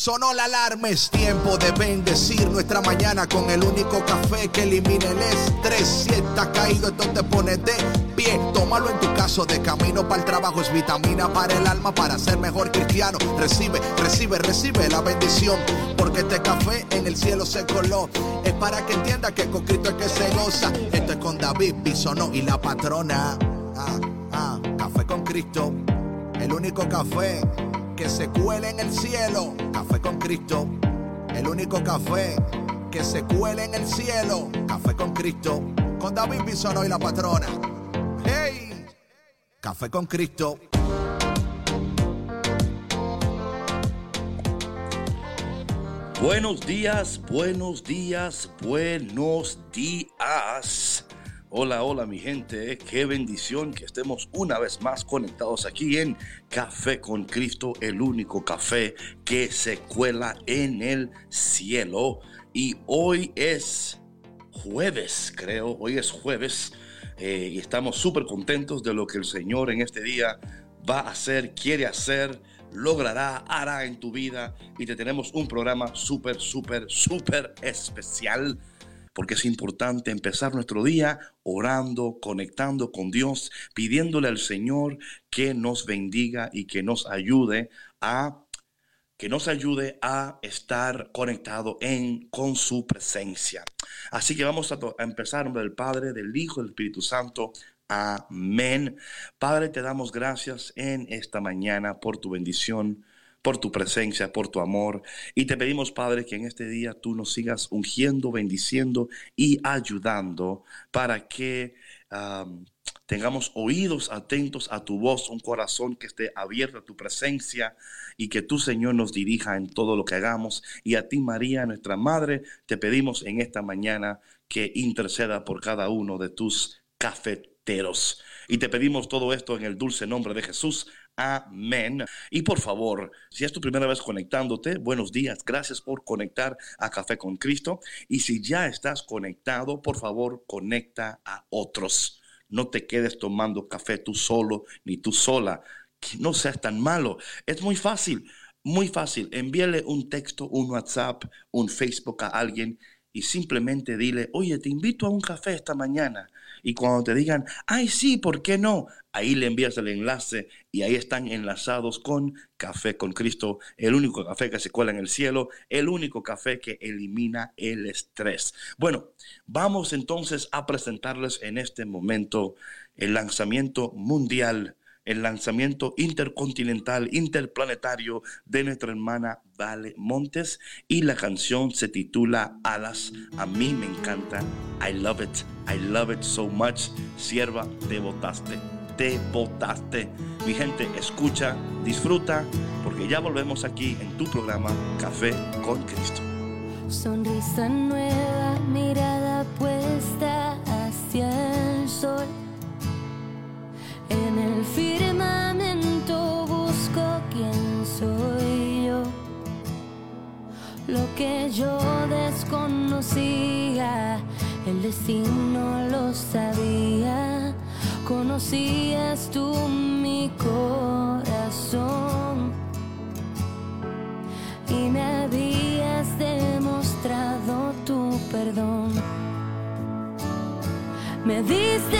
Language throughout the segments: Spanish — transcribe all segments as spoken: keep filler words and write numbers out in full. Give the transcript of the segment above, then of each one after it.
Sonó la alarma, es tiempo de bendecir nuestra mañana con el único café que elimina el estrés. Si estás caído, entonces pones de pie. Tómalo en tu caso de camino para el trabajo. Es vitamina para el alma, para ser mejor cristiano. Recibe, recibe, recibe la bendición, porque este café en el cielo se coló. Es para que entiendas que con Cristo es que se goza. Esto es con David Bisonó y la patrona. Ah, ah, café con Cristo, el único café que se cuele en el cielo. Café con Cristo, el único café que se cuele en el cielo. Café con Cristo, con David Bisonó y la patrona. ¡Hey! Café con Cristo. Buenos días, buenos días, buenos días. Hola, hola mi gente, qué bendición que estemos una vez más conectados aquí en Café con Cristo, el único café que se cuela en el cielo. Y hoy es jueves, creo, hoy es jueves eh, y estamos súper contentos de lo que el Señor en este día va a hacer, quiere hacer, logrará, hará en tu vida. Y te tenemos un programa súper, súper, súper especial, porque es importante empezar nuestro día orando, conectando con Dios, pidiéndole al Señor que nos bendiga y que nos ayude a que nos ayude a estar conectado en con su presencia. Así que vamos a, to- a empezar en nombre del Padre, del Hijo y del Espíritu Santo. Amén. Padre, te damos gracias en esta mañana por tu bendición, por tu presencia, por tu amor. Y te pedimos, Padre, que en este día tú nos sigas ungiendo, bendiciendo y ayudando para que um, tengamos oídos atentos a tu voz, un corazón que esté abierto a tu presencia y que tú, Señor, nos dirija en todo lo que hagamos. Y a ti, María, nuestra Madre, te pedimos en esta mañana que interceda por cada uno de tus cafeteros. Y te pedimos todo esto en el dulce nombre de Jesús. Amén. Y por favor, si es tu primera vez conectándote, buenos días. Gracias por conectar a Café con Cristo. Y si ya estás conectado, por favor, conecta a otros. No te quedes tomando café tú solo ni tú sola. Que no seas tan malo. Es muy fácil, muy fácil. Envíale un texto, un WhatsApp, un Facebook a alguien y simplemente dile, oye, te invito a un café esta mañana. Y cuando te digan, ay, sí, ¿por qué no? Ahí le envías el enlace y ahí están enlazados con Café con Cristo, el único café que se cuela en el cielo, el único café que elimina el estrés. Bueno, vamos entonces a presentarles en este momento el lanzamiento mundial, el lanzamiento intercontinental, interplanetario de nuestra hermana Vale Montes, y la canción se titula Alas. A mí me encanta. I love it. I love it so much. Sierva, te botaste. Te botaste. Mi gente, escucha, disfruta, porque ya volvemos aquí en tu programa Café con Cristo. Sonrisa nueva, mirada puesta hacia el sol. En el firmamento busco quién soy yo. Lo que yo desconocía, el destino lo sabía. Conocías tú mi corazón y me habías demostrado tu perdón. Me diste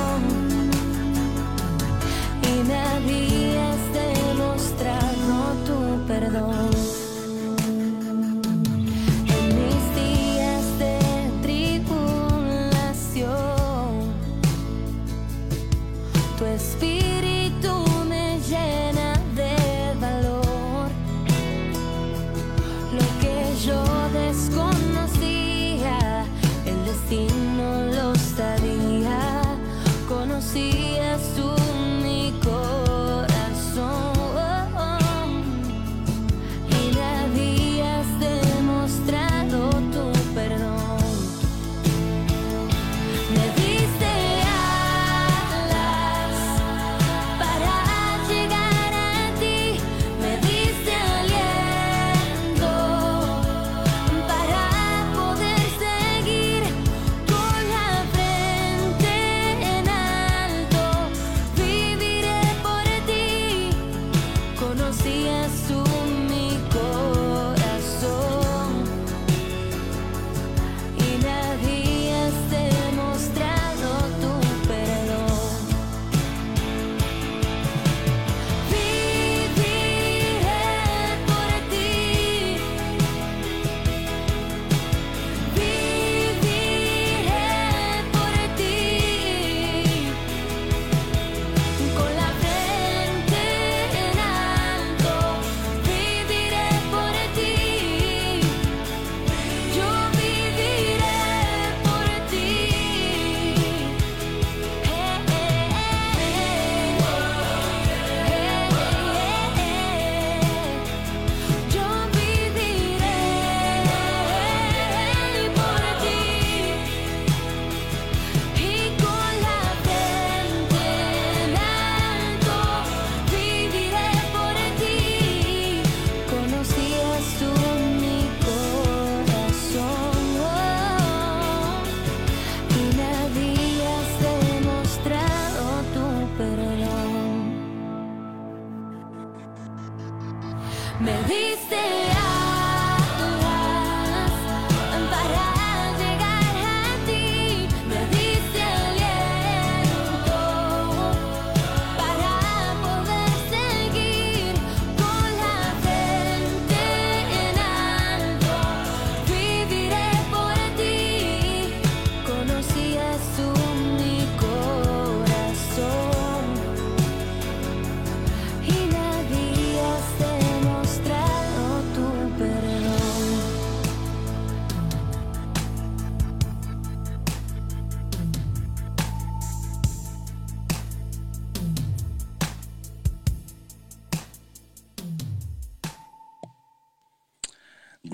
no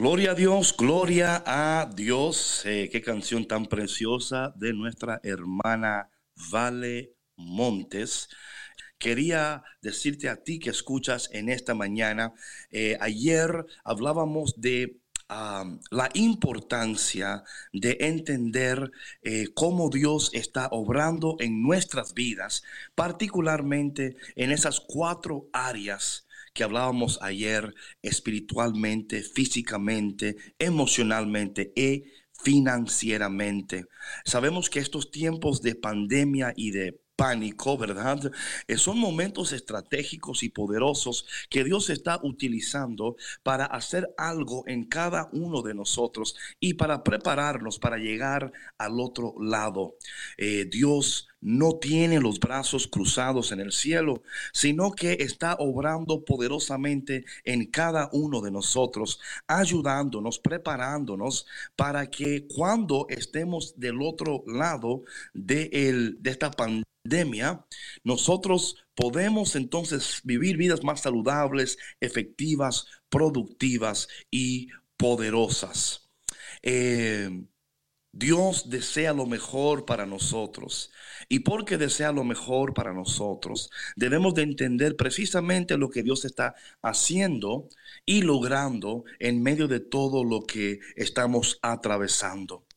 Gloria a Dios, gloria a Dios. Eh, qué canción tan preciosa de nuestra hermana Vale Montes. Quería decirte a ti que escuchas en esta mañana, eh, ayer hablábamos de um, la importancia de entender eh, cómo Dios está obrando en nuestras vidas, particularmente en esas cuatro áreas que hablábamos ayer: espiritualmente, físicamente, emocionalmente y financieramente. Sabemos que estos tiempos de pandemia y de pánico, ¿verdad? Eh, son momentos estratégicos y poderosos que Dios está utilizando para hacer algo en cada uno de nosotros y para prepararnos para llegar al otro lado. Eh, Dios no tiene los brazos cruzados en el cielo, sino que está obrando poderosamente en cada uno de nosotros, ayudándonos, preparándonos para que cuando estemos del otro lado de, el, de esta pandemia, nosotros podemos entonces vivir vidas más saludables, efectivas, productivas y poderosas. Eh, Dios desea lo mejor para nosotros, y porque desea lo mejor para nosotros, debemos de entender precisamente lo que Dios está haciendo y logrando en medio de todo lo que estamos atravesando.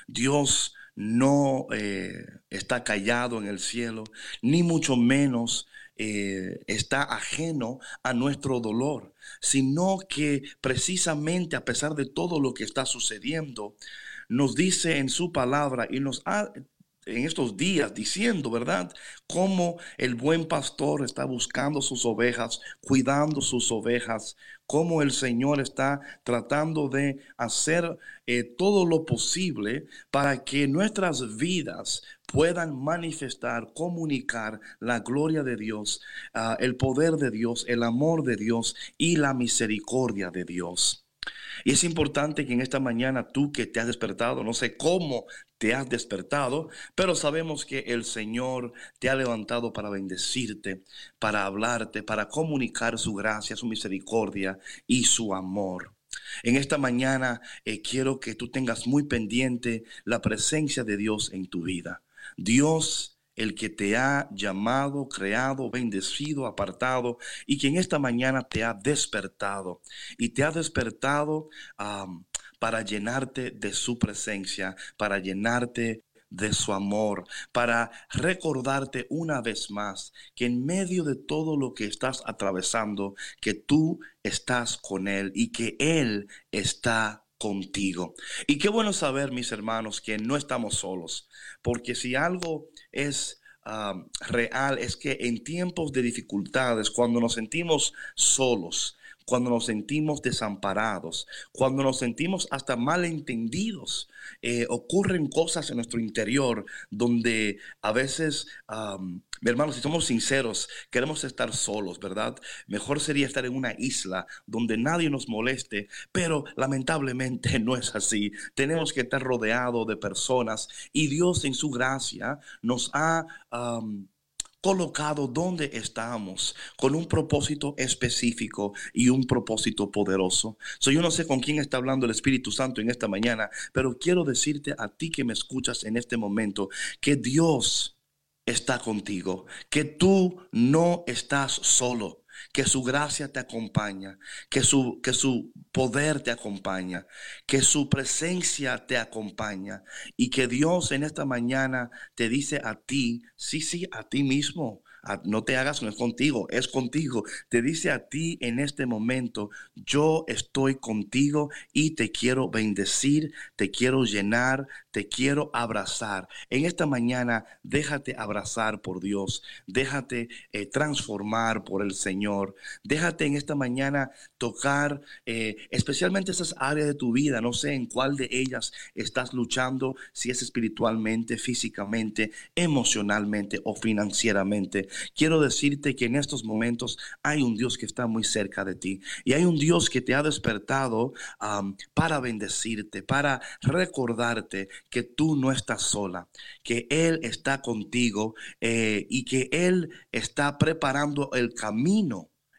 Dios no eh, está callado en el cielo, ni mucho menos eh, está ajeno a nuestro dolor, sino que precisamente a pesar de todo lo que está sucediendo, nos dice en su palabra y nos ha en estos días diciendo, ¿verdad?, cómo el buen pastor está buscando sus ovejas, cuidando sus ovejas, cómo el Señor está tratando de hacer eh, todo lo posible para que nuestras vidas puedan manifestar, comunicar la gloria de Dios, uh, el poder de Dios, el amor de Dios y la misericordia de Dios. Y es importante que en esta mañana tú que te has despertado, no sé cómo te has despertado, pero sabemos que el Señor te ha levantado para bendecirte, para hablarte, para comunicar su gracia, su misericordia y su amor. En esta mañana eh, quiero que tú tengas muy pendiente la presencia de Dios en tu vida. Dios, el que te ha llamado, creado, bendecido, apartado, y que en esta mañana te ha despertado. Y te ha despertado um, para llenarte de su presencia, para llenarte de su amor, para recordarte una vez más que en medio de todo lo que estás atravesando, que tú estás con Él y que Él está contigo. Y qué bueno saber, mis hermanos, que no estamos solos, porque si algo es um, real, es que en tiempos de dificultades, cuando nos sentimos solos, cuando nos sentimos desamparados, cuando nos sentimos hasta malentendidos, eh, ocurren cosas en nuestro interior donde a veces, um, mi hermano, si somos sinceros, queremos estar solos, ¿verdad? Mejor sería estar en una isla donde nadie nos moleste, pero lamentablemente no es así. Tenemos que estar rodeados de personas y Dios en su gracia nos ha Um, colocado donde estamos con un propósito específico y un propósito poderoso. So, yo no sé con quién está hablando el Espíritu Santo en esta mañana, pero quiero decirte a ti que me escuchas en este momento que Dios está contigo, que tú no estás solo, que su gracia te acompaña, que su, que su poder te acompaña, que su presencia te acompaña y que Dios en esta mañana te dice a ti, sí, sí, a ti mismo. No te hagas, no es contigo, es contigo. Te dice a ti en este momento, yo estoy contigo y te quiero bendecir, te quiero llenar, te quiero abrazar. En esta mañana, déjate abrazar por Dios, déjate eh, transformar por el Señor. Déjate en esta mañana tocar eh, especialmente esas áreas de tu vida. No sé en cuál de ellas estás luchando, si es espiritualmente, físicamente, emocionalmente o financieramente. Quiero decirte que en estos momentos hay un Dios que está muy cerca de ti y hay un Dios que te ha despertado um, para bendecirte, para recordarte que tú no estás sola, que Él está contigo eh, y que Él está preparando el camino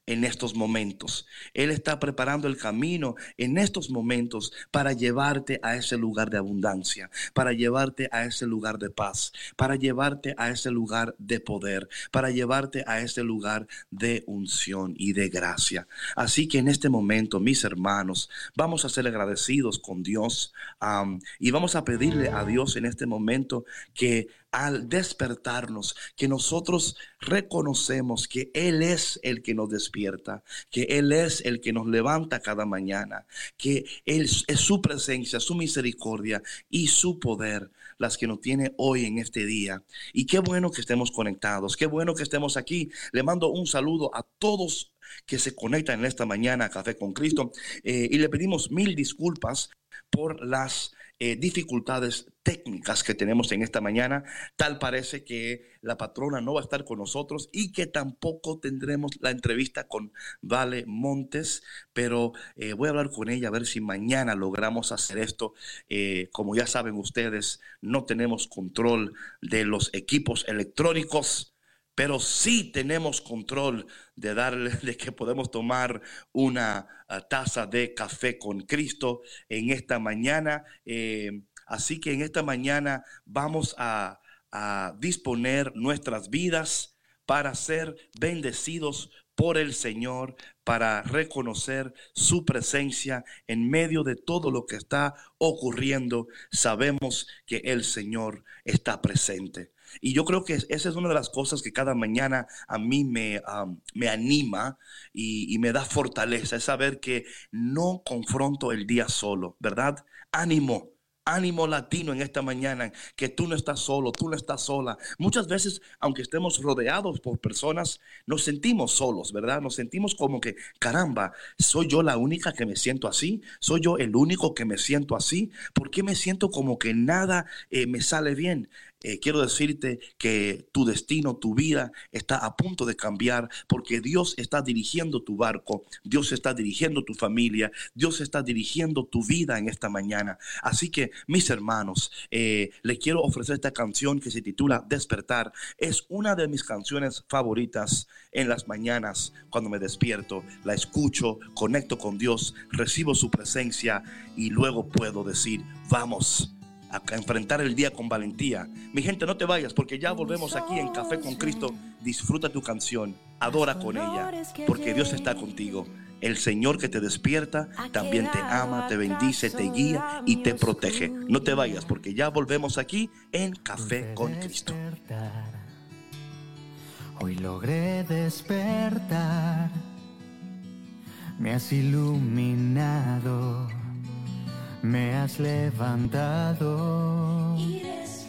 en estos momentos. Él está preparando el camino en estos momentos para llevarte a ese lugar de abundancia, para llevarte a ese lugar de paz, para llevarte a ese lugar de poder, para llevarte a ese lugar de unción y de gracia. Así que en este momento, mis hermanos, vamos a ser agradecidos con Dios um, y vamos a pedirle a Dios en este momento que al despertarnos, que nosotros reconocemos que Él es el que nos despierta, que Él es el que nos levanta cada mañana, que Él es su presencia, su misericordia y su poder las que nos tiene hoy en este día. Y qué bueno que estemos conectados, qué bueno que estemos aquí. Le mando un saludo a todos que se conectan en esta mañana a Café con Cristo eh, y le pedimos mil disculpas por las Eh, dificultades técnicas que tenemos en esta mañana. Tal parece que la patrona no va a estar con nosotros y que tampoco tendremos la entrevista con Vale Montes, pero eh, voy a hablar con ella a ver si mañana logramos hacer esto. Eh, como ya saben ustedes, no tenemos control de los equipos electrónicos, pero sí tenemos control de darle, de que podemos tomar una uh, taza de café con Cristo en esta mañana. Eh, así que en esta mañana vamos a, a disponer nuestras vidas para ser bendecidos por el Señor, para reconocer su presencia en medio de todo lo que está ocurriendo. Sabemos que el Señor está presente. Y yo creo que esa es una de las cosas que cada mañana a mí me, um, me anima y, y me da fortaleza, es saber que no confronto el día solo, ¿verdad? Ánimo. Ánimo latino en esta mañana, que tú no estás solo, tú no estás sola. Muchas veces, aunque estemos rodeados por personas, nos sentimos solos, ¿verdad? Nos sentimos como que, caramba, ¿soy yo la única que me siento así? ¿Soy yo el único que me siento así? ¿Por qué me siento como que nada eh, me sale bien? Eh, quiero decirte que tu destino, tu vida está a punto de cambiar porque Dios está dirigiendo tu barco, Dios está dirigiendo tu familia, Dios está dirigiendo tu vida en esta mañana. Así que, mis hermanos, eh, les quiero ofrecer esta canción que se titula Despertar. Es una de mis canciones favoritas en las mañanas cuando me despierto. La escucho, conecto con Dios, recibo su presencia y luego puedo decir, vamos a enfrentar el día con valentía. Mi gente, no te vayas porque ya volvemos aquí en Café con Cristo. Disfruta tu canción, adora con ella, porque Dios está contigo. El Señor que te despierta también te ama, te bendice, te guía y te protege. No te vayas porque ya volvemos aquí en Café con Cristo. Hoy logré despertar, me has iluminado, me has levantado y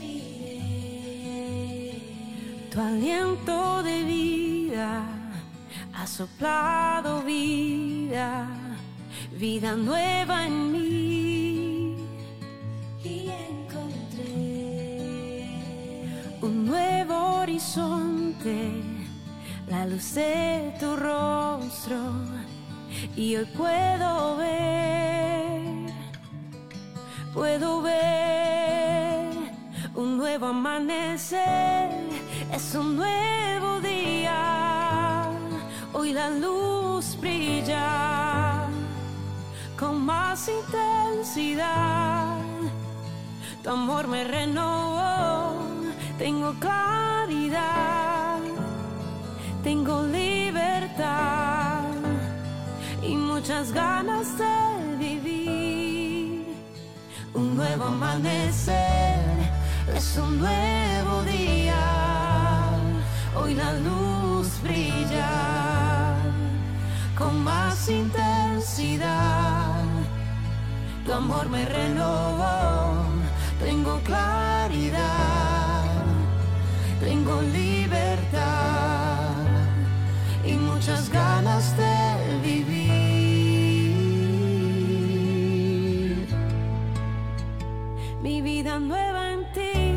respiré. Tu aliento de vida ha soplado vida, vida nueva en mí. Y encontré un nuevo horizonte, la luz de tu rostro, y hoy puedo ver. Puedo ver un nuevo amanecer, es un nuevo día. Hoy la luz brilla con más intensidad. Tu amor me renovó, tengo claridad, tengo libertad y muchas ganas de vivir. Un nuevo amanecer, es un nuevo día. Hoy la luz brilla con más intensidad. Tu amor me renovó, tengo claridad, tengo libertad y muchas ganas de vivir. Mi vida nueva en ti,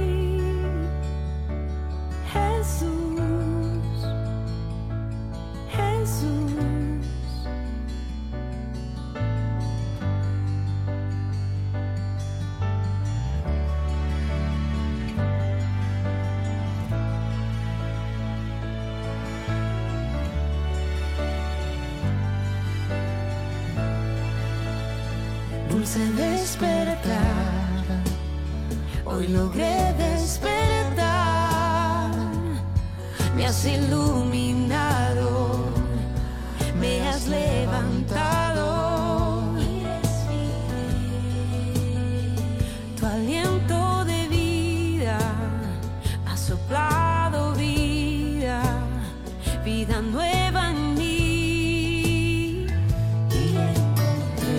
Jesús, Jesús. dulce despertar. Hoy logré despertar. Me has iluminado, me has levantado. Tu aliento de vida ha soplado vida, vida nueva en mí. Y encontré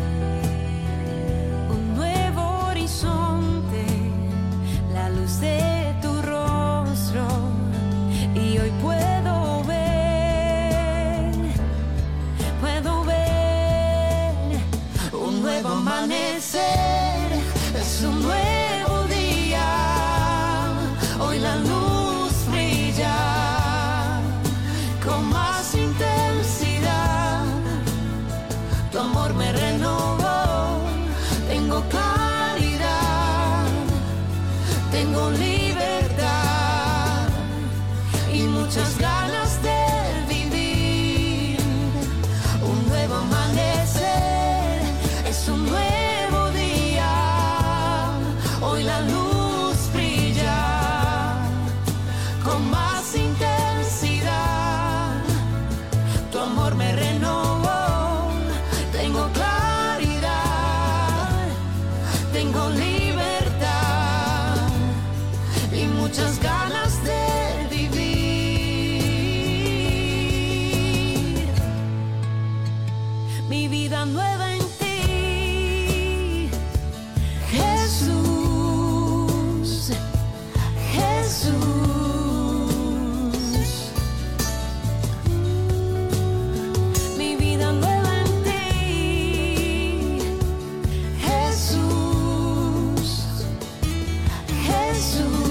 un nuevo horizonte, la luz de tu rostro. Y hoy puedo ver, puedo ver un nuevo amanecer. Es un nuevo día, hoy la luz brilla con más intensidad. Tu amor me renovó, tengo claridad, tengo libertad y muchas ganas de vivir. Un nuevo amanecer, es un nuevo día, hoy la luz brilla con más intensidad. Tu amor me renovó, tengo claridad, tengo libertad y muchas ganas de vivir. Mi vida nueva en ti, Jesús, Jesús. Mi vida nueva en ti, Jesús, Jesús.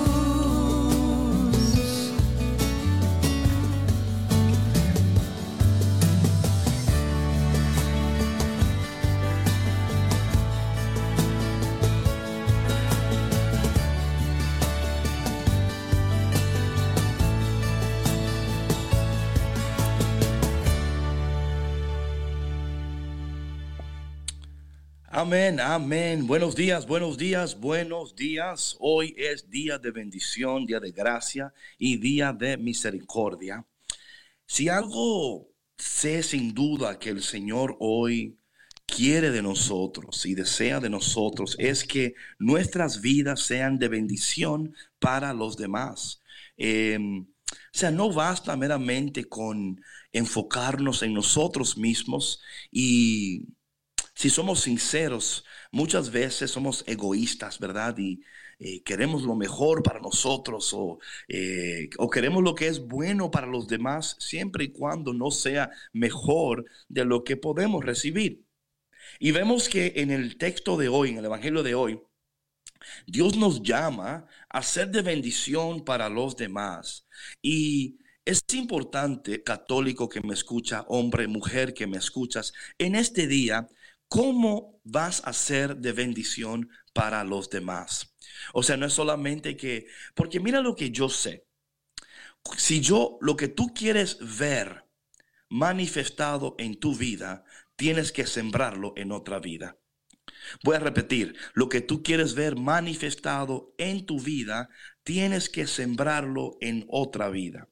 Amén, amén. Buenos días, buenos días, buenos días. Hoy es día de bendición, día de gracia y día de misericordia. Si algo sé sin duda que el Señor hoy quiere de nosotros y desea de nosotros es que nuestras vidas sean de bendición para los demás. Eh, o sea, no basta meramente con enfocarnos en nosotros mismos y... Si somos sinceros, muchas veces somos egoístas, ¿verdad? Y eh, queremos lo mejor para nosotros o, eh, o queremos lo que es bueno para los demás, siempre y cuando no sea mejor de lo que podemos recibir. Y vemos que en el texto de hoy, en el evangelio de hoy, Dios nos llama a ser de bendición para los demás. Y es importante, católico que me escucha, hombre, mujer que me escuchas, en este día, ¿cómo vas a ser de bendición para los demás? O sea, no es solamente que, porque mira lo que yo sé. Si yo, lo que tú quieres ver manifestado en tu vida, tienes que sembrarlo en otra vida. Voy a repetir, lo que tú quieres ver manifestado en tu vida, tienes que sembrarlo en otra vida.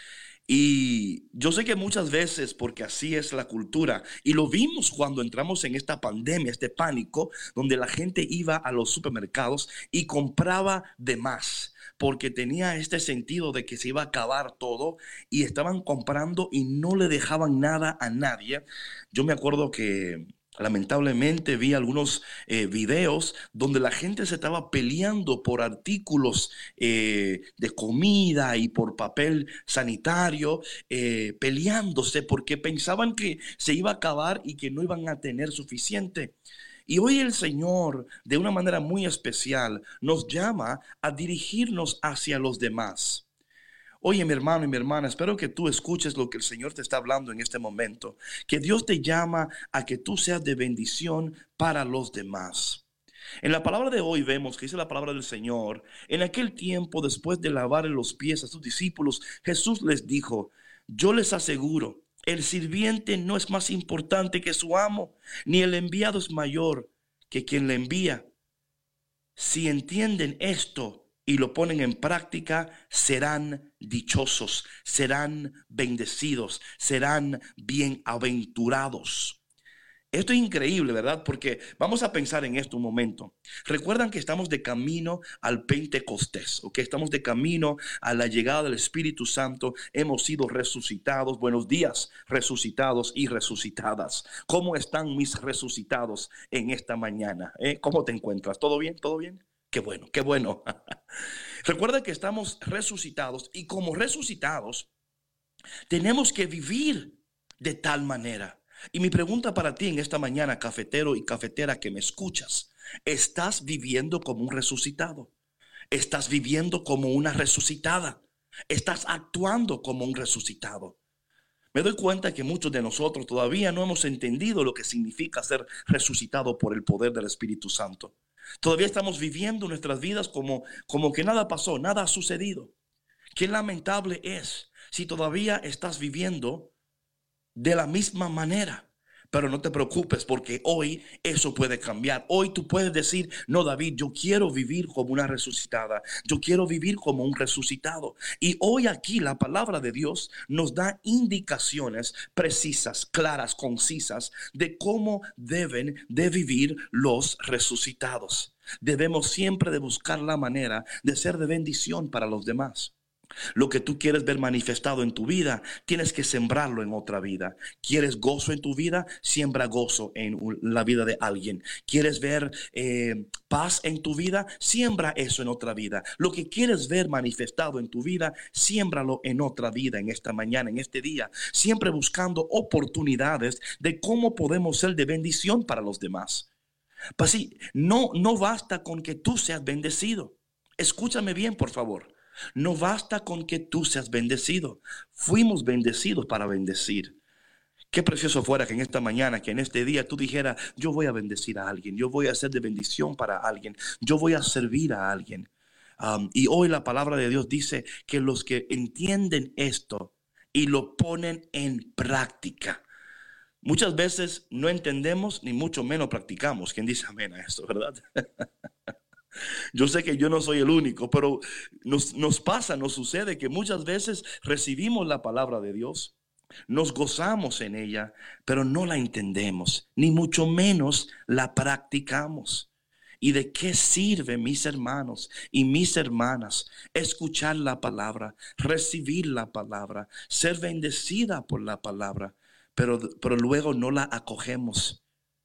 Y yo sé que muchas veces, porque así es la cultura, y lo vimos cuando entramos en esta pandemia, este pánico, donde la gente iba a los supermercados y compraba de más, porque tenía este sentido de que se iba a acabar todo y estaban comprando y no le dejaban nada a nadie. Yo me acuerdo que lamentablemente vi algunos eh, videos donde la gente se estaba peleando por artículos eh, de comida y por papel sanitario, eh, peleándose porque pensaban que se iba a acabar y que no iban a tener suficiente. Y hoy el Señor, de una manera muy especial, nos llama a dirigirnos hacia los demás. Oye, mi hermano y mi hermana, espero que tú escuches lo que el Señor te está hablando en este momento. Que Dios te llama a que tú seas de bendición para los demás. En la palabra de hoy vemos que dice la palabra del Señor: en aquel tiempo, después de lavarle los pies a sus discípulos, Jesús les dijo: yo les aseguro, el sirviente no es más importante que su amo, ni el enviado es mayor que quien le envía, si entienden esto y lo ponen en práctica, serán dichosos, serán bendecidos, serán bienaventurados. Esto es increíble, ¿verdad? Porque vamos a pensar en esto un momento. Recuerdan que estamos de camino al Pentecostés, ¿ok? Estamos de camino a la llegada del Espíritu Santo. Hemos sido resucitados. Buenos días, resucitados y resucitadas. ¿Cómo están mis resucitados en esta mañana? ¿Eh? ¿Cómo te encuentras? ¿Todo bien? ¿Todo bien? Qué bueno, qué bueno. Recuerda que estamos resucitados y como resucitados tenemos que vivir de tal manera. Y mi pregunta para ti en esta mañana, cafetero y cafetera que me escuchas, ¿estás viviendo como un resucitado? ¿Estás viviendo como una resucitada? ¿Estás actuando como un resucitado? Me doy cuenta que muchos de nosotros todavía no hemos entendido lo que significa ser resucitado por el poder del Espíritu Santo. Todavía estamos viviendo nuestras vidas como, como que nada pasó, nada ha sucedido. Qué lamentable es si todavía estás viviendo de la misma manera. Pero no te preocupes, porque hoy eso puede cambiar. Hoy tú puedes decir: no, David, yo quiero vivir como una resucitada. Yo quiero vivir como un resucitado. Y hoy aquí la palabra de Dios nos da indicaciones precisas, claras, concisas de cómo deben de vivir los resucitados. Debemos siempre de buscar la manera de ser de bendición para los demás. Lo que tú quieres ver manifestado en tu vida, tienes que sembrarlo en otra vida. ¿Quieres gozo en tu vida? Siembra gozo en la vida de alguien. ¿Quieres ver eh, paz en tu vida? Siembra eso en otra vida. Lo que quieres ver manifestado en tu vida, siémbralo en otra vida en esta mañana, en este día. Siempre buscando oportunidades de cómo podemos ser de bendición para los demás. Pues sí, no, no basta con que tú seas bendecido. Escúchame bien, por favor. No basta con que tú seas bendecido. Fuimos bendecidos para bendecir. Qué precioso fuera que en esta mañana, que en este día tú dijeras: yo voy a bendecir a alguien, yo voy a ser de bendición para alguien, yo voy a servir a alguien. Um, y hoy la palabra de Dios dice que los que entienden esto y lo ponen en práctica. Muchas veces no entendemos ni mucho menos practicamos. ¿Quién dice amén a esto, verdad? Yo sé que yo no soy el único, pero nos, nos pasa, nos sucede que muchas veces recibimos la palabra de Dios, nos gozamos en ella, pero no la entendemos, ni mucho menos la practicamos. ¿Y de qué sirve, mis hermanos y mis hermanas, escuchar la palabra, recibir la palabra, ser bendecida por la palabra, pero, pero luego no la acogemos?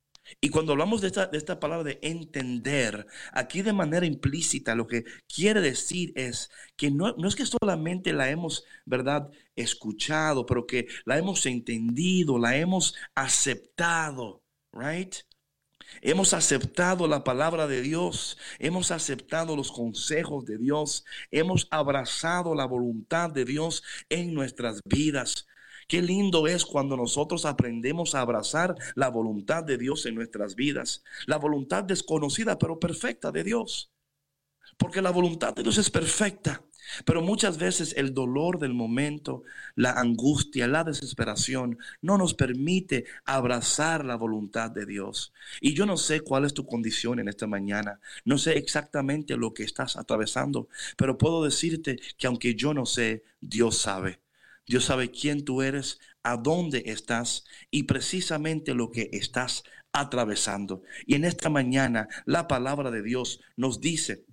Y cuando hablamos de esta, de esta palabra de entender, aquí de manera implícita lo que quiere decir es que no, no es que solamente la hemos, ¿verdad?, escuchado, pero que la hemos entendido, la hemos aceptado, right? Hemos aceptado la palabra de Dios, hemos aceptado los consejos de Dios, hemos abrazado la voluntad de Dios en nuestras vidas. Qué lindo es cuando nosotros aprendemos a abrazar la voluntad de Dios en nuestras vidas. La voluntad desconocida pero perfecta de Dios. Porque la voluntad de Dios es perfecta. Pero muchas veces el dolor del momento, la angustia, la desesperación no nos permite abrazar la voluntad de Dios. Y yo no sé cuál es tu condición en esta mañana. No sé exactamente lo que estás atravesando. Pero puedo decirte que aunque yo no sé, Dios sabe. Dios sabe quién tú eres, a dónde estás y precisamente lo que estás atravesando. Y en esta mañana la palabra de Dios nos dice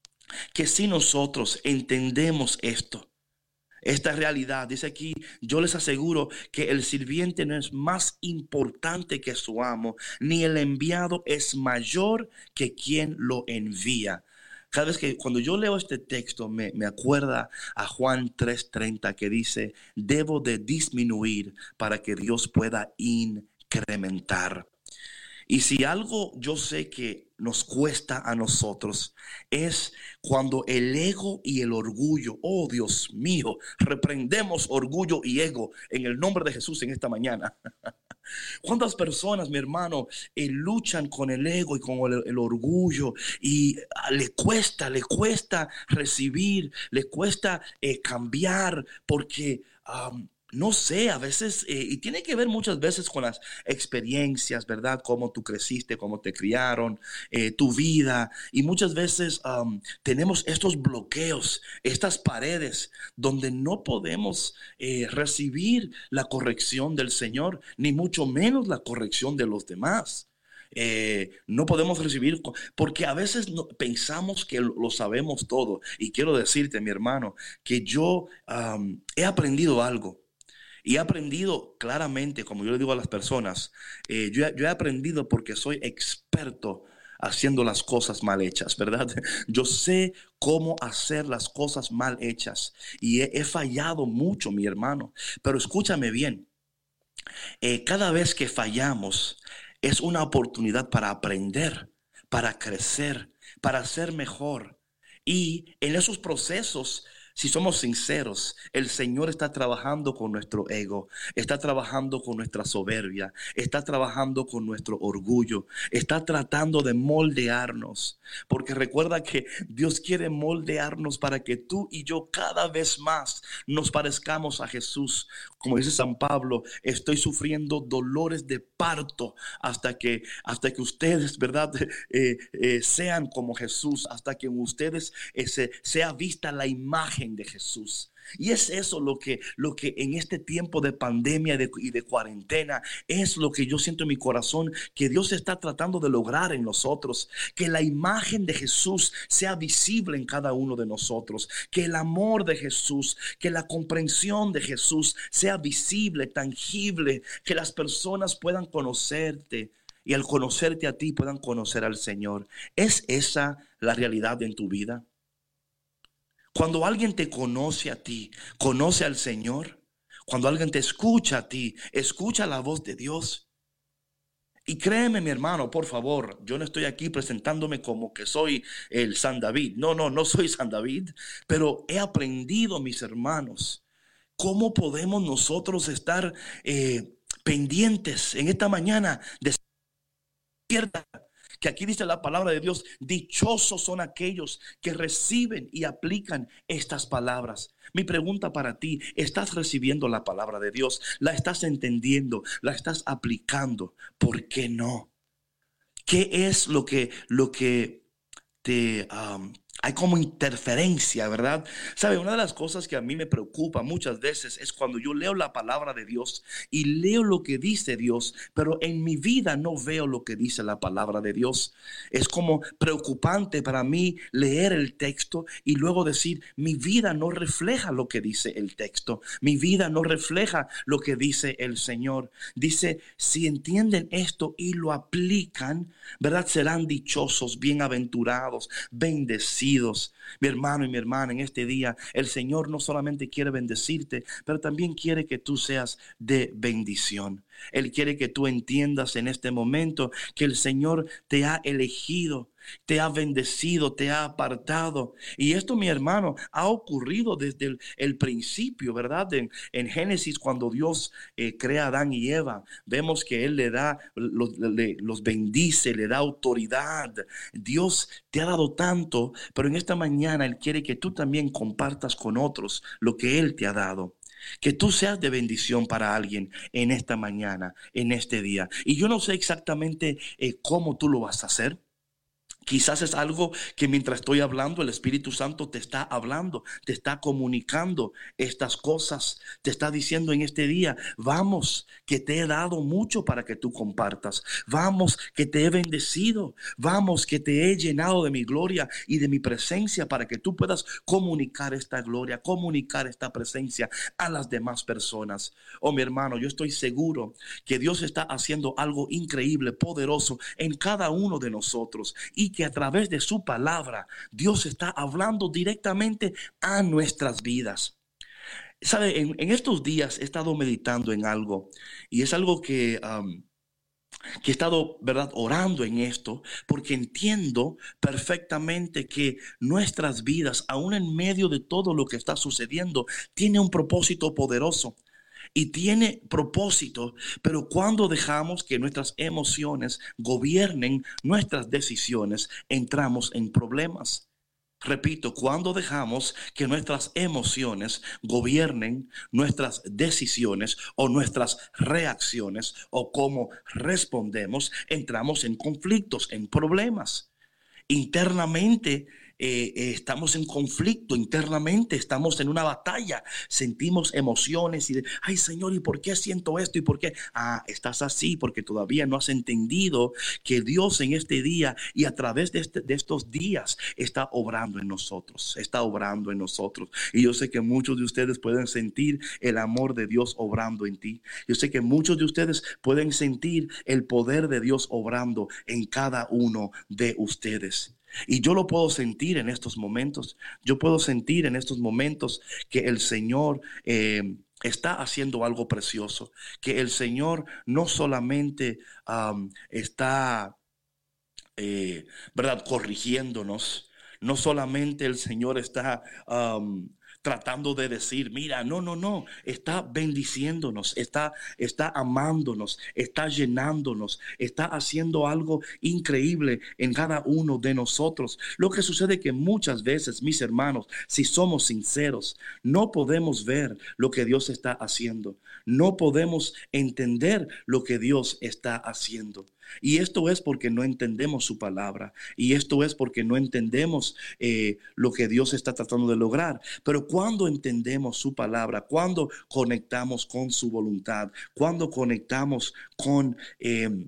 que si nosotros entendemos esto, esta realidad, dice aquí: yo les aseguro que el sirviente no es más importante que su amo, ni el enviado es mayor que quien lo envía. Cada vez que cuando yo leo este texto me, me acuerda a Juan tres treinta, que dice: debo de disminuir para que Dios pueda incrementar. Y si algo yo sé que nos cuesta a nosotros es cuando el ego y el orgullo, oh Dios mío, reprendemos orgullo y ego en el nombre de Jesús en esta mañana. ¿Cuántas personas, mi hermano, eh, luchan con el ego y con el, el orgullo y ah, le cuesta, le cuesta recibir, le cuesta eh, cambiar porque um, no sé, a veces, eh, y tiene que ver muchas veces con las experiencias, ¿verdad? Cómo tú creciste, cómo te criaron, eh, tu vida. Y muchas veces um, tenemos estos bloqueos, estas paredes, donde no podemos eh, recibir la corrección del Señor, ni mucho menos la corrección de los demás. Eh, no podemos recibir, porque a veces no, pensamos que lo, lo sabemos todo. Y quiero decirte, mi hermano, que yo um, he aprendido algo. Y he aprendido claramente, como yo le digo a las personas, eh, yo, yo he aprendido porque soy experto haciendo las cosas mal hechas, ¿verdad? Yo sé cómo hacer las cosas mal hechas y he, he fallado mucho, mi hermano. Pero escúchame bien, eh, cada vez que fallamos es una oportunidad para aprender, para crecer, para ser mejor. Y en esos procesos, si somos sinceros, el Señor está trabajando con nuestro ego, está trabajando con nuestra soberbia, está trabajando con nuestro orgullo, está tratando de moldearnos. Porque recuerda que Dios quiere moldearnos para que tú y yo cada vez más nos parezcamos a Jesús. Como dice San Pablo, estoy sufriendo dolores de parto hasta que, hasta que ustedes, ¿verdad? Eh, eh, sean como Jesús, hasta que en ustedes eh, se, sea vista la imagen de Jesús. Y es eso lo que, lo que en este tiempo de pandemia de, y de cuarentena es lo que yo siento en mi corazón, que Dios está tratando de lograr en nosotros, que la imagen de Jesús sea visible en cada uno de nosotros, que el amor de Jesús, que la comprensión de Jesús sea visible, tangible, que las personas puedan conocerte y al conocerte a ti puedan conocer al Señor. ¿Es esa la realidad en tu vida? Cuando alguien te conoce a ti, conoce al Señor. Cuando alguien te escucha a ti, escucha la voz de Dios. Y créeme, mi hermano, por favor, yo no estoy aquí presentándome como que soy el San David. No, no, no soy San David, pero he aprendido, mis hermanos, cómo podemos nosotros estar eh, pendientes en esta mañana de cierta. Que aquí dice la palabra de Dios, dichosos son aquellos que reciben y aplican estas palabras. Mi pregunta para ti, ¿estás recibiendo la palabra de Dios? ¿La estás entendiendo? ¿La estás aplicando? ¿Por qué no? ¿Qué es lo que, lo que te... Um, hay como interferencia, ¿verdad? ¿Sabe? Una de las cosas que a mí me preocupa muchas veces es cuando yo leo la palabra de Dios y leo lo que dice Dios, pero en mi vida no veo lo que dice la palabra de Dios. Es como preocupante para mí leer el texto y luego decir, mi vida no refleja lo que dice el texto. Mi vida no refleja lo que dice el Señor. Dice, si entienden esto y lo aplican, ¿verdad? Serán dichosos, bienaventurados, bendecidos. Mi hermano y mi hermana, en este día el Señor no solamente quiere bendecirte, pero también quiere que tú seas de bendición. Él quiere que tú entiendas en este momento que el Señor te ha elegido, te ha bendecido, te ha apartado. Y esto, mi hermano, ha ocurrido desde el, el principio, ¿verdad? En, en Génesis, cuando Dios eh, crea a Adán y Eva, vemos que Él le da, los, le, los bendice, le da autoridad. Dios te ha dado tanto, pero en esta mañana Él quiere que tú también compartas con otros lo que Él te ha dado. Que tú seas de bendición para alguien en esta mañana, en este día. Y yo no sé exactamente eh, cómo tú lo vas a hacer. Quizás es algo que mientras estoy hablando, el Espíritu Santo te está hablando, te está comunicando estas cosas, te está diciendo en este día, vamos, que te he dado mucho para que tú compartas, vamos, que te he bendecido, vamos, que te he llenado de mi gloria y de mi presencia para que tú puedas comunicar esta gloria, comunicar esta presencia a las demás personas. Oh, mi hermano, yo estoy seguro que Dios está haciendo algo increíble, poderoso en cada uno de nosotros y que a través de su palabra Dios está hablando directamente a nuestras vidas. ¿Sabe? En, en estos días he estado meditando en algo y es algo que, um, que he estado, ¿verdad?, orando en esto porque entiendo perfectamente que nuestras vidas, aún en medio de todo lo que está sucediendo, tiene un propósito poderoso. Y tiene propósito, pero cuando dejamos que nuestras emociones gobiernen nuestras decisiones, entramos en problemas. Repito, cuando dejamos que nuestras emociones gobiernen nuestras decisiones o nuestras reacciones o cómo respondemos, entramos en conflictos, en problemas. Internamente eh, eh, estamos en conflicto, internamente estamos en una batalla, sentimos emociones y de, ay Señor, ¿y por qué siento esto? ¿Y por qué? Ah, estás así porque todavía no has entendido que Dios en este día y a través de, este, de estos días está obrando en nosotros, está obrando en nosotros. Y yo sé que muchos de ustedes pueden sentir el amor de Dios obrando en ti. Yo sé que muchos de ustedes pueden sentir el poder de Dios obrando en cada uno de ustedes. Y yo lo puedo sentir en estos momentos. Yo puedo sentir en estos momentos que el Señor eh, está haciendo algo precioso. Que el Señor no solamente um, está, eh, ¿verdad?, corrigiéndonos. No solamente el Señor está Um, tratando de decir, mira, no, no, no, está bendiciéndonos, está, está amándonos, está llenándonos, está haciendo algo increíble en cada uno de nosotros. Lo que sucede es que muchas veces, mis hermanos, si somos sinceros, no podemos ver lo que Dios está haciendo. No podemos entender lo que Dios está haciendo. Y esto es porque no entendemos su palabra. Y esto es porque no entendemos eh, lo que Dios está tratando de lograr. Pero cuando entendemos su palabra, cuando conectamos con su voluntad, cuando conectamos con eh,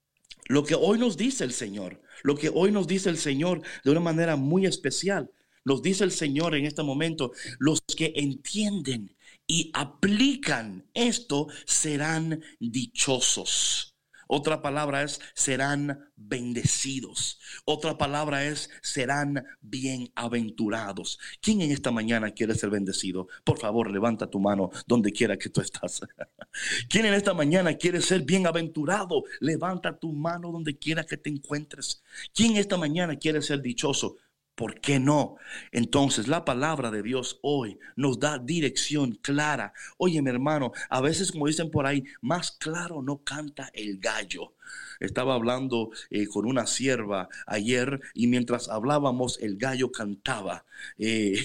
lo que hoy nos dice el Señor, lo que hoy nos dice el Señor de una manera muy especial. Nos dice el Señor en este momento, los que entienden y aplican esto serán dichosos. Otra palabra es serán bendecidos. Otra palabra es serán bienaventurados. ¿Quién en esta mañana quiere ser bendecido? Por favor, levanta tu mano donde quiera que tú estás. ¿Quién en esta mañana quiere ser bienaventurado? Levanta tu mano donde quiera que te encuentres. ¿Quién esta mañana quiere ser dichoso? ¿Por qué no? Entonces la palabra de Dios hoy nos da dirección clara. Oye, mi hermano, a veces, como dicen por ahí, más claro no canta el gallo. Estaba hablando eh, con una sierva ayer y mientras hablábamos el gallo cantaba, eh,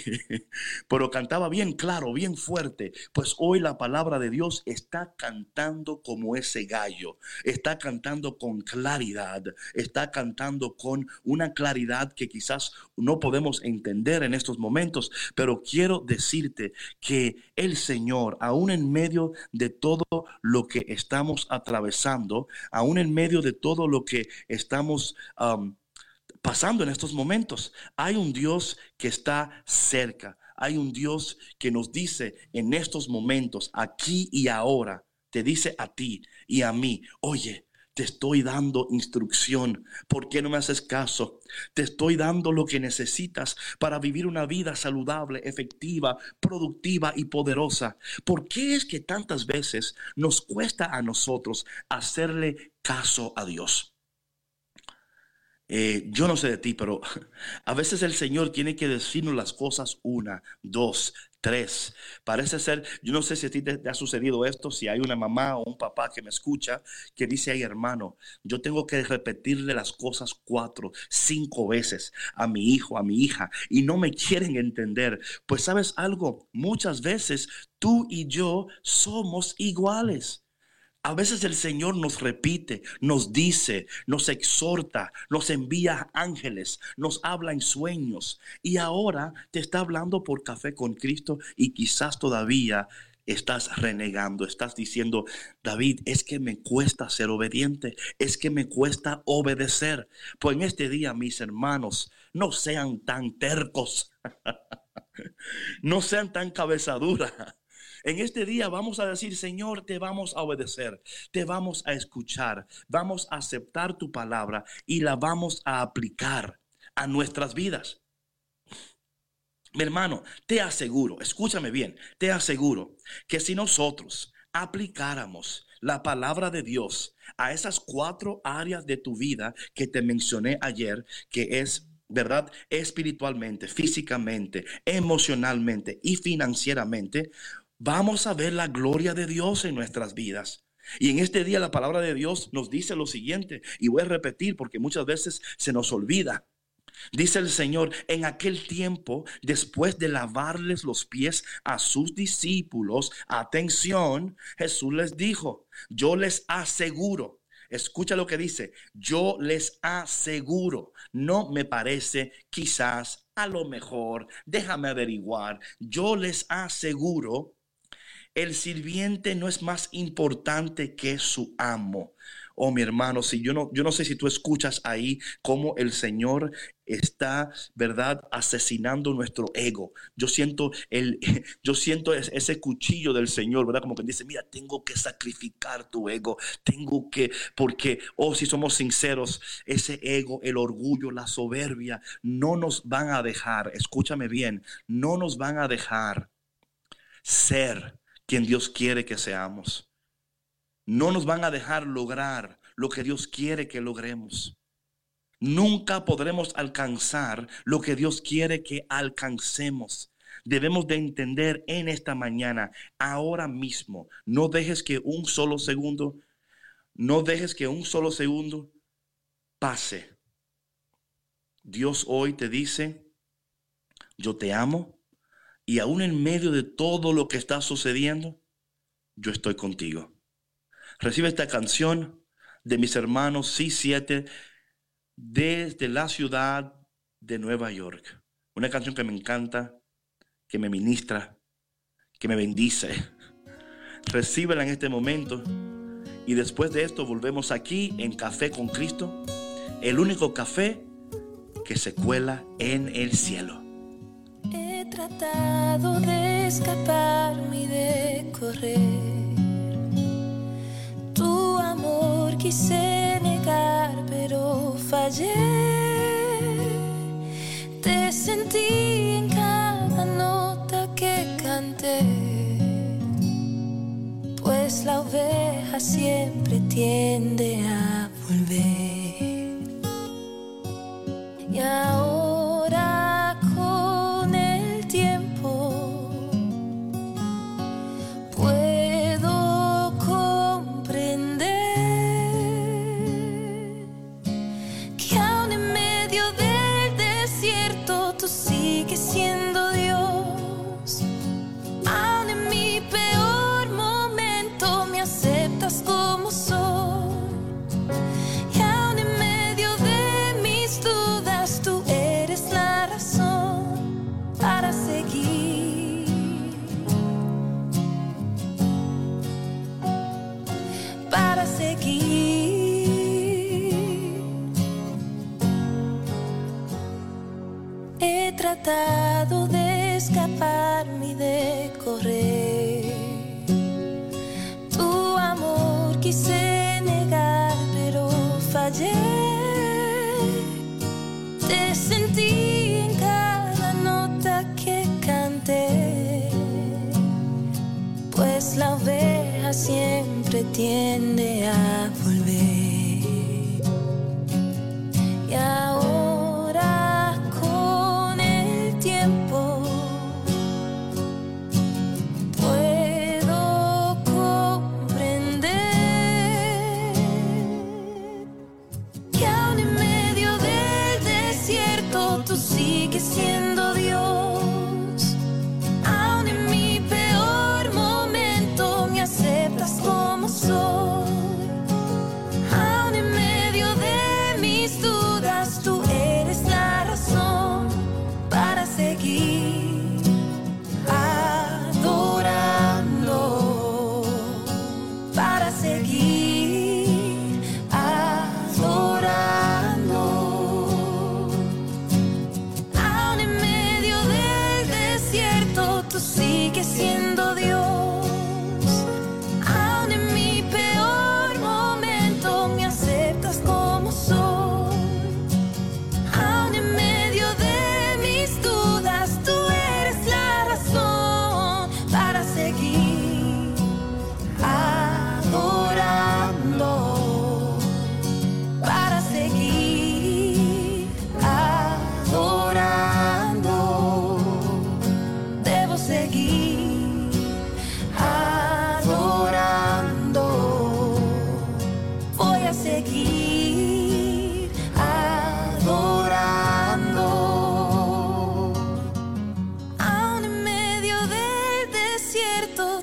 pero cantaba bien claro, bien fuerte. Pues hoy la palabra de Dios está cantando como ese gallo, está cantando con claridad, está cantando con una claridad que quizás no podemos entender en estos momentos, pero quiero decirte que el Señor, aún en medio de todo lo que estamos atravesando, aún en medio de todo lo que estamos um, pasando en estos momentos, hay un Dios que está cerca. Hay un Dios que nos dice en estos momentos, aquí y ahora, te dice a ti y a mí, oye, te estoy dando instrucción. ¿Por qué no me haces caso? Te estoy dando lo que necesitas para vivir una vida saludable, efectiva, productiva y poderosa. ¿Por qué es que tantas veces nos cuesta a nosotros hacerle caso a Dios? Eh, yo no sé de ti, pero a veces el Señor tiene que decirnos las cosas una, dos, tres. Parece ser, yo no sé si a ti te, te ha sucedido esto, si hay una mamá o un papá que me escucha, que dice, ay hermano, yo tengo que repetirle las cosas cuatro, cinco veces a mi hijo, a mi hija, y no me quieren entender. Pues ¿sabes algo? Muchas veces tú y yo somos iguales. A veces el Señor nos repite, nos dice, nos exhorta, nos envía ángeles, nos habla en sueños. Y ahora te está hablando por Café con Cristo y quizás todavía estás renegando, estás diciendo, David, es que me cuesta ser obediente, es que me cuesta obedecer. Pues en este día, mis hermanos, no sean tan tercos, no sean tan cabezaduras. En este día vamos a decir, Señor, te vamos a obedecer, te vamos a escuchar, vamos a aceptar tu palabra y la vamos a aplicar a nuestras vidas. Mi hermano, te aseguro, escúchame bien, te aseguro que si nosotros aplicáramos la palabra de Dios a esas cuatro áreas de tu vida que te mencioné ayer, que es ¿verdad? Espiritualmente, físicamente, emocionalmente y financieramente, vamos a ver la gloria de Dios en nuestras vidas. Y en este día la palabra de Dios nos dice lo siguiente, y voy a repetir porque muchas veces se nos olvida. Dice el Señor, en aquel tiempo, después de lavarles los pies a sus discípulos, atención, Jesús les dijo, yo les aseguro, escucha lo que dice, yo les aseguro, no me parece, quizás, a lo mejor, déjame averiguar, yo les aseguro, el sirviente no es más importante que su amo. Oh, mi hermano, si yo no, yo no sé si tú escuchas ahí cómo el Señor está, ¿verdad?, asesinando nuestro ego. Yo siento, el, yo siento ese cuchillo del Señor, ¿verdad? Como que dice, mira, tengo que sacrificar tu ego. Tengo que, porque, oh, si somos sinceros, ese ego, el orgullo, la soberbia, no nos van a dejar, escúchame bien, no nos van a dejar ser quien Dios quiere que seamos. No nos van a dejar lograr lo que Dios quiere que logremos. Nunca podremos alcanzar lo que Dios quiere que alcancemos. Debemos de entender en esta mañana, ahora mismo, no dejes que un solo segundo, no dejes que un solo segundo pase. Dios hoy te dice, yo te amo y aún en medio de todo lo que está sucediendo, yo estoy contigo. Recibe esta canción de mis hermanos C siete desde la ciudad de Nueva York. Una canción que me encanta, que me ministra, que me bendice. Recíbela en este momento y después de esto volvemos aquí en Café con Cristo, el único café que se cuela en el cielo. He tratado de escaparme y de correr. Tu amor quise negar, pero fallé. Te sentí en cada nota que canté, pues la oveja siempre tiende a volver. Y ahora con el tiempo puedo comprender que aún en medio del desierto tú sigues siendo Dios. Aún en mi peor momento me aceptas como soy. Y aún en medio de mis dudas tú eres la razón para seguir, para seguir. He tratado de escaparme y de correr. Tu amor quise negar, pero fallé. Te sentí en cada nota que canté, pues la oveja siempre tiende a volver. Y ahora con el tiempo puedo comprender que aún en medio del desierto tú sigues siendo Dios. Aún en mi peor momento me aceptas como soy. Aún en medio de mis dudas tú eres la razón para seguir adorando, para seguir adorando. Aún en medio del desierto tú sigues siendo Dios. Aún en mi peor momento me aceptas como soy. Aún en medio de mis dudas tú eres la razón para seguir adorando, para seguir adorando. Debo seguir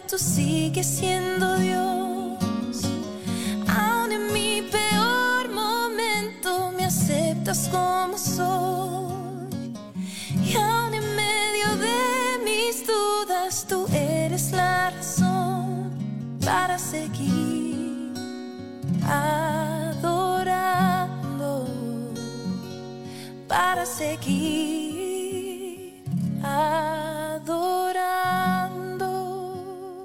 tú sigues siendo Dios. Aún en mi peor momento me aceptas como soy. Y aún en medio de mis dudas tú eres la razón para seguir adorando, para seguir adorando.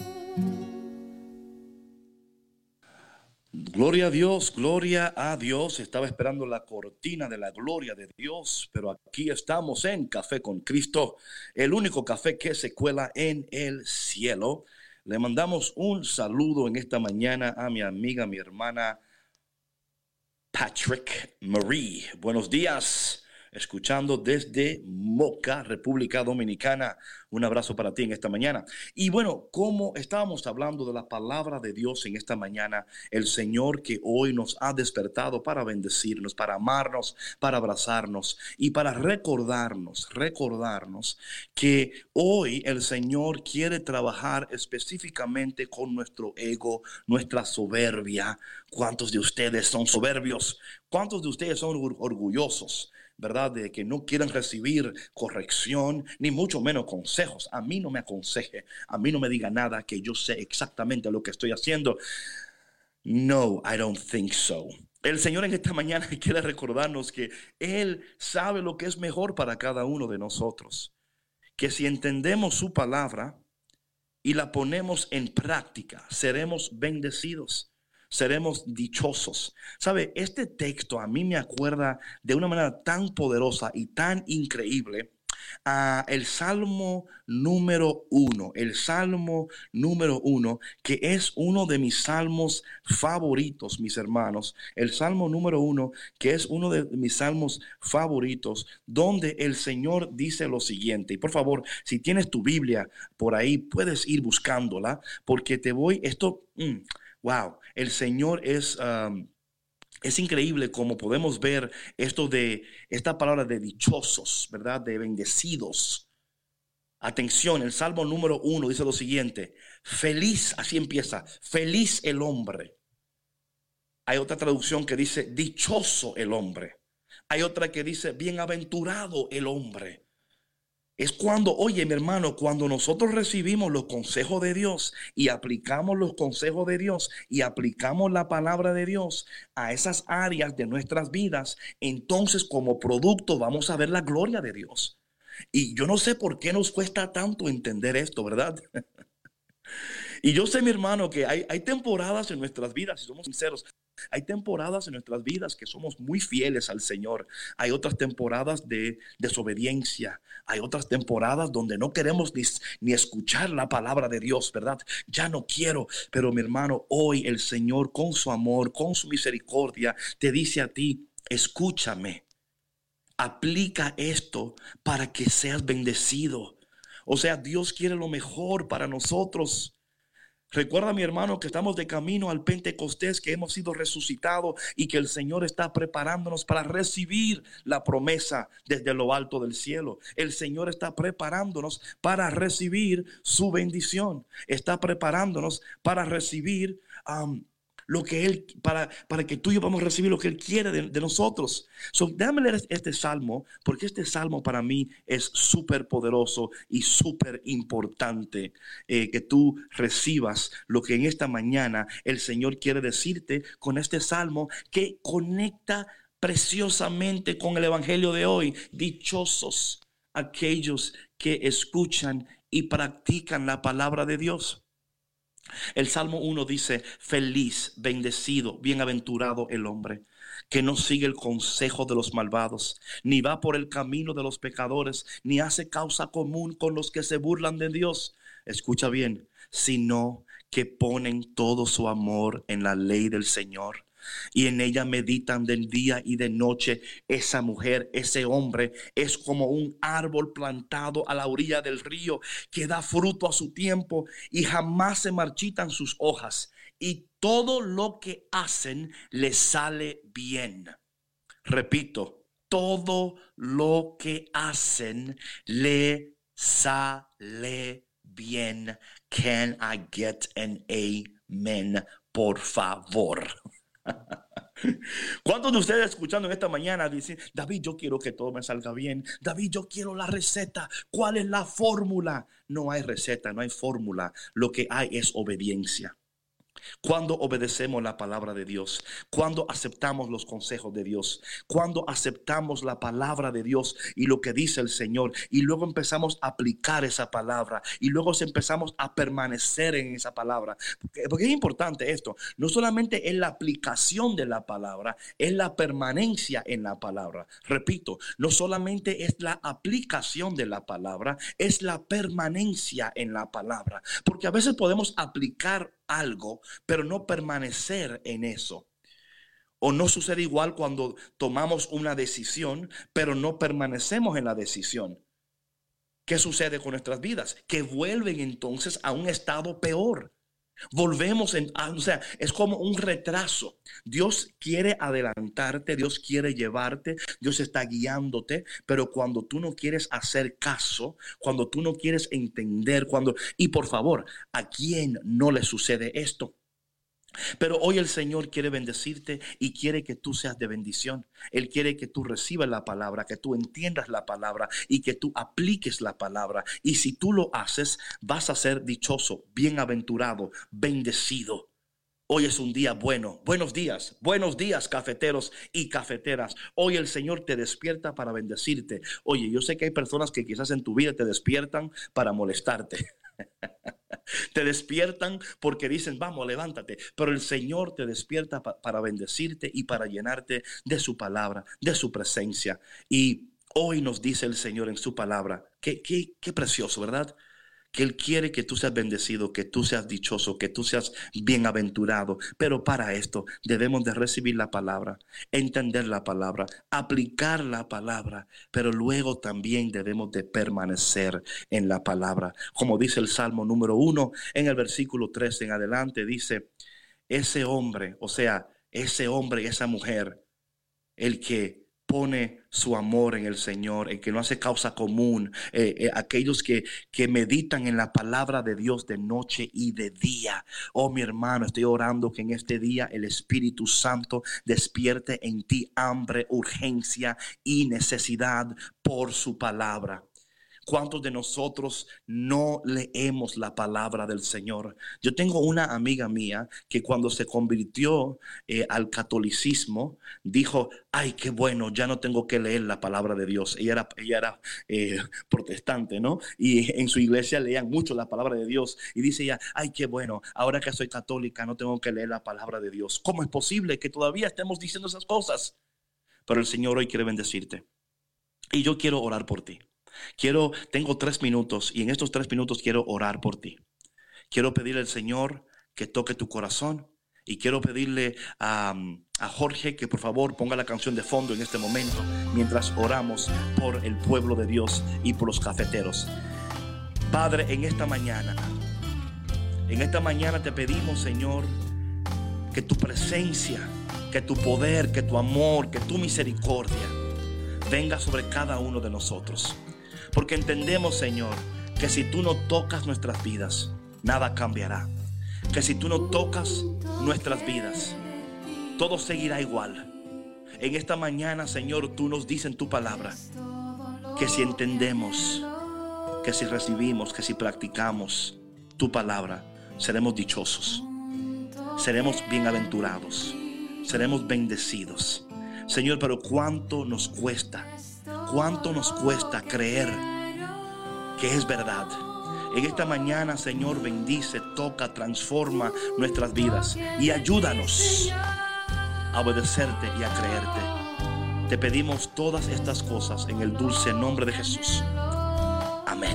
Gloria a Dios, gloria a Dios. Estaba esperando la cortina de la gloria de Dios, pero aquí estamos en Café con Cristo, el único café que se cuela en el cielo. Le mandamos un saludo en esta mañana a mi amiga, mi hermana Patrick Marie. Buenos días. Escuchando desde Moca, República Dominicana. Un abrazo para ti en esta mañana. Y bueno, como estábamos hablando de la palabra de Dios en esta mañana, el Señor que hoy nos ha despertado para bendecirnos, para amarnos, para abrazarnos y para recordarnos, recordarnos que hoy el Señor quiere trabajar específicamente con nuestro ego, nuestra soberbia. ¿Cuántos de ustedes son soberbios? ¿Cuántos de ustedes son orgullosos? ¿Verdad? De que no quieren recibir corrección, ni mucho menos consejos. A mí no me aconseje, a mí no me diga nada que yo sé exactamente lo que estoy haciendo. No, I don't think so. El Señor en esta mañana quiere recordarnos que Él sabe lo que es mejor para cada uno de nosotros. Que si entendemos su palabra y la ponemos en práctica, seremos bendecidos. Seremos dichosos. ¿Sabe? Este texto a mí me acuerda de una manera tan poderosa y tan increíble a el Salmo número uno. El Salmo número uno, que es uno de mis salmos favoritos, mis hermanos. El Salmo número uno, que es uno de mis salmos favoritos, donde el Señor dice lo siguiente. Y por favor, si tienes tu Biblia por ahí, puedes ir buscándola, porque te voy, esto... Mm, Wow, el Señor es, um, es increíble como podemos ver esto de esta palabra de dichosos, ¿verdad? De bendecidos. Atención, el Salmo número uno dice lo siguiente: feliz, así empieza, feliz el hombre. Hay otra traducción que dice dichoso el hombre. Hay otra que dice bienaventurado el hombre. Es cuando, oye mi hermano, cuando nosotros recibimos los consejos de Dios y aplicamos los consejos de Dios y aplicamos la palabra de Dios a esas áreas de nuestras vidas, entonces como producto vamos a ver la gloria de Dios. Y yo no sé por qué nos cuesta tanto entender esto, ¿verdad? Y yo sé, mi hermano, que hay, hay temporadas en nuestras vidas, si somos sinceros, hay temporadas en nuestras vidas que somos muy fieles al Señor. Hay otras temporadas de desobediencia. Hay otras temporadas donde no queremos ni, ni escuchar la palabra de Dios, ¿verdad? Ya no quiero. Pero mi hermano, hoy el Señor con su amor, con su misericordia, te dice a ti, escúchame. Aplica esto para que seas bendecido. O sea, Dios quiere lo mejor para nosotros. Recuerda, mi hermano, que estamos de camino al Pentecostés, que hemos sido resucitados y que el Señor está preparándonos para recibir la promesa desde lo alto del cielo. El Señor está preparándonos para recibir su bendición. Está preparándonos para recibir um, lo que Él, para, para que tú y yo vamos a recibir lo que Él quiere de, de nosotros. So, déjame leer este salmo, porque este salmo para mí es súper poderoso y súper importante, eh, que tú recibas lo que en esta mañana el Señor quiere decirte con este salmo, que conecta preciosamente con el evangelio de hoy. Dichosos aquellos que escuchan y practican la palabra de Dios. El Salmo uno dice: feliz, bendecido, bienaventurado el hombre que no sigue el consejo de los malvados, ni va por el camino de los pecadores, ni hace causa común con los que se burlan de Dios. Escucha bien, sino que ponen todo su amor en la ley del Señor, y en ella meditan de día y de noche. Esa mujer, ese hombre es como un árbol plantado a la orilla del río, que da fruto a su tiempo y jamás se marchitan sus hojas, y todo lo que hacen les sale bien. Repito, todo lo que hacen le sale bien. Can I get an amen? Por favor. ¿Cuántos de ustedes escuchando en esta mañana dicen, David, yo quiero que todo me salga bien? David, yo quiero la receta. ¿Cuál es la fórmula? No hay receta, no hay fórmula. Lo que hay es obediencia. Cuando obedecemos la palabra de Dios, cuando aceptamos los consejos de Dios, cuando aceptamos la palabra de Dios y lo que dice el Señor, y luego empezamos a aplicar esa palabra, y luego empezamos a permanecer en esa palabra, porque, porque es importante esto, no solamente es la aplicación de la palabra, es la permanencia en la palabra. Repito, no solamente es la aplicación de la palabra, es la permanencia en la palabra, porque a veces podemos aplicar algo, pero no permanecer en eso. O no sucede igual cuando tomamos una decisión, pero no permanecemos en la decisión. ¿Qué sucede con nuestras vidas? Que vuelven entonces a un estado peor. Volvemos en, o sea, es como un retraso. Dios quiere adelantarte, Dios quiere llevarte, Dios está guiándote, pero cuando tú no quieres hacer caso, cuando tú no quieres entender, cuando, y por favor, ¿a quién no le sucede esto? Pero hoy el Señor quiere bendecirte y quiere que tú seas de bendición. Él quiere que tú recibas la palabra, que tú entiendas la palabra y que tú apliques la palabra. Y si tú lo haces, vas a ser dichoso, bienaventurado, bendecido. Hoy es un día bueno. Buenos días, buenos días, cafeteros y cafeteras. Hoy el Señor te despierta para bendecirte. Oye, yo sé que hay personas que quizás en tu vida te despiertan para molestarte. Te despiertan porque dicen, vamos, levántate. Pero el Señor te despierta pa- para bendecirte y para llenarte de su palabra, de su presencia. Y hoy nos dice el Señor en su palabra, qué, qué, qué precioso, ¿verdad? Que Él quiere que tú seas bendecido, que tú seas dichoso, que tú seas bienaventurado. Pero para esto debemos de recibir la palabra, entender la palabra, aplicar la palabra. Pero luego también debemos de permanecer en la palabra. Como dice el Salmo número uno, en el versículo tres en adelante, dice, ese hombre, o sea, ese hombre y esa mujer, el que pone su amor en el Señor, el que no hace causa común, eh, eh, aquellos que, que meditan en la palabra de Dios de noche y de día. Oh, mi hermano, estoy orando que en este día el Espíritu Santo despierte en ti hambre, urgencia y necesidad por su palabra. ¿Cuántos de nosotros no leemos la palabra del Señor? Yo tengo una amiga mía que cuando se convirtió eh, al catolicismo, dijo, ay, qué bueno, ya no tengo que leer la palabra de Dios. Ella era, ella era eh, protestante, ¿no? Y en su iglesia leían mucho la palabra de Dios. Y dice ella, ay, qué bueno, ahora que soy católica no tengo que leer la palabra de Dios. ¿Cómo es posible que todavía estemos diciendo esas cosas? Pero el Señor hoy quiere bendecirte. Y yo quiero orar por ti. Quiero, tengo tres minutos y en estos tres minutos quiero orar por ti. Quiero pedirle al Señor que toque tu corazón y quiero pedirle a, a Jorge que por favor ponga la canción de fondo en este momento mientras oramos por el pueblo de Dios y por los cafeteros. Padre, en esta mañana, en esta mañana te pedimos, Señor, que tu presencia, que tu poder, que tu amor, que tu misericordia venga sobre cada uno de nosotros. Porque entendemos, Señor, que si tú no tocas nuestras vidas, nada cambiará. Que si tú no tocas nuestras vidas, todo seguirá igual. En esta mañana, Señor, tú nos dices en tu palabra que si entendemos, que si recibimos, que si practicamos tu palabra, seremos dichosos, seremos bienaventurados, seremos bendecidos. Señor, pero cuánto nos cuesta, cuánto nos cuesta creer que es verdad. En esta mañana, Señor, bendice, toca, transforma nuestras vidas y ayúdanos a obedecerte y a creerte. Te pedimos todas estas cosas en el dulce nombre de Jesús. Amén.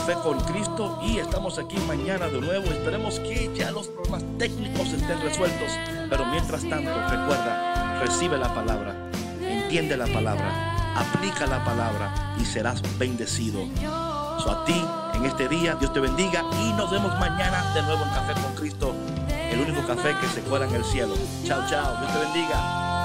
Café con Cristo y estamos aquí mañana de nuevo. Esperemos que ya los problemas técnicos estén resueltos, pero mientras tanto, recuerda, recibe la palabra, entiende la palabra, aplica la palabra y serás bendecido. So, a ti, en este día, Dios te bendiga y nos vemos mañana de nuevo en Café con Cristo, el único café que se cuela en el cielo. Chao, chao, Dios te bendiga.